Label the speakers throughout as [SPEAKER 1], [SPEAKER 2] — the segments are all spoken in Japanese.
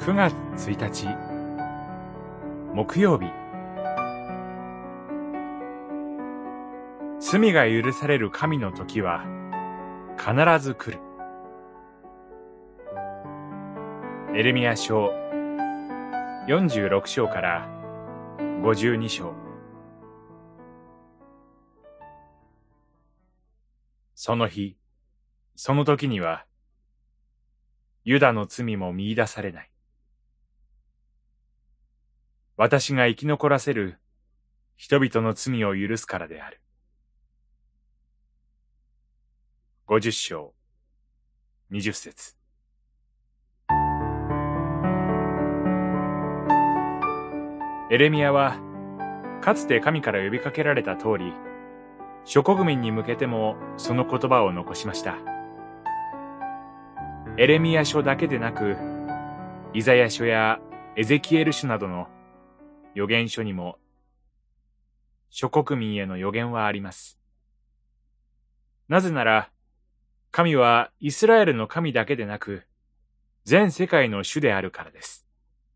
[SPEAKER 1] 9月1日木曜日。罪が許される神の時は必ず来る。エレミヤ書46章から52章。その日、その時にはユダの罪も見出されない。私が生き残らせる人々の罪を許すからである。50章20節。エレミヤはかつて神から呼びかけられた通り、諸国民に向けてもその言葉を残しました。エレミヤ書だけでなく、イザヤ書やエゼキエル書などの預言書にも諸国民への預言はあります。なぜなら、神はイスラエルの神だけでなく、全世界の主であるからです。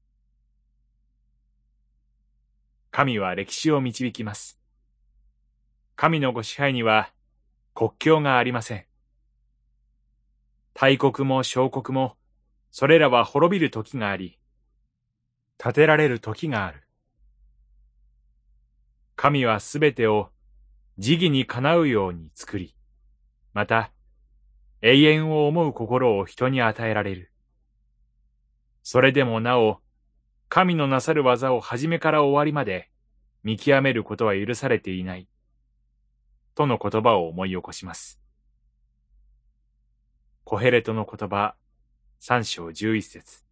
[SPEAKER 1] 神は歴史を導きます。神のご支配には国境がありません。大国も小国も、それらは滅びる時があり、建てられる時がある。神はすべてを時義にかなうように作り、また永遠を思う心を人に与えられる。それでもなお、神のなさる技を初めから終わりまで見極めることは許されていない、との言葉を思い起こします。コヘレトの言葉3章11節。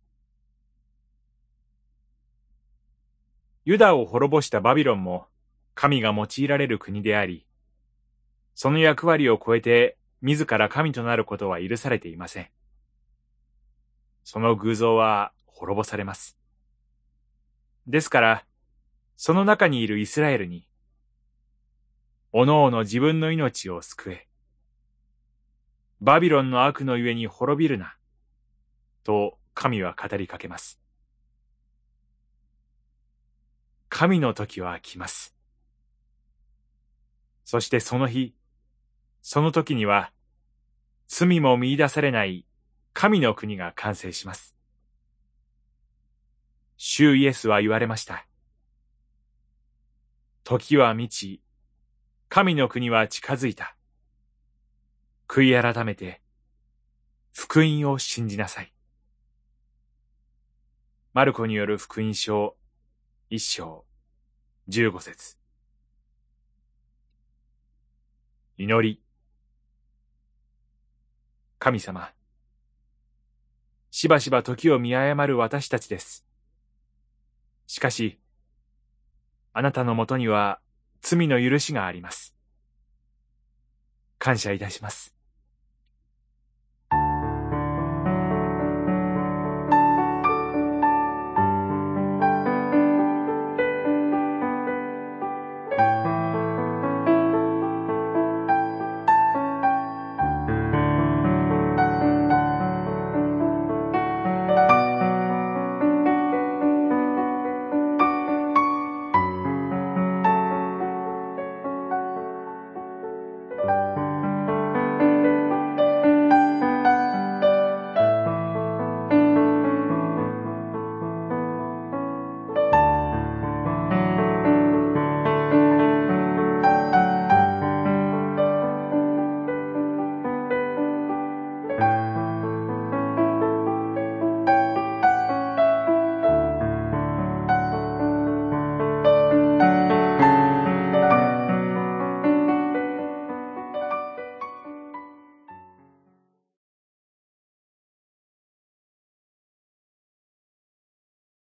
[SPEAKER 1] ユダを滅ぼしたバビロンも神が用いられる国であり、その役割を超えて自ら神となることは許されていません。その偶像は滅ぼされます。ですから、その中にいるイスラエルに、おのおの自分の命を救え。バビロンの悪のゆえに滅びるな、と神は語りかけます。神の時は来ます。そしてその日、その時には、罪も見出されない神の国が完成します。主イエスは言われました。時は満ち、神の国は近づいた。悔い改めて、福音を信じなさい。マルコによる福音書1章15節。祈り。神様、しばしば時を見誤る私たちです。しかし、あなたのもとには罪の許しがあります。感謝いたします。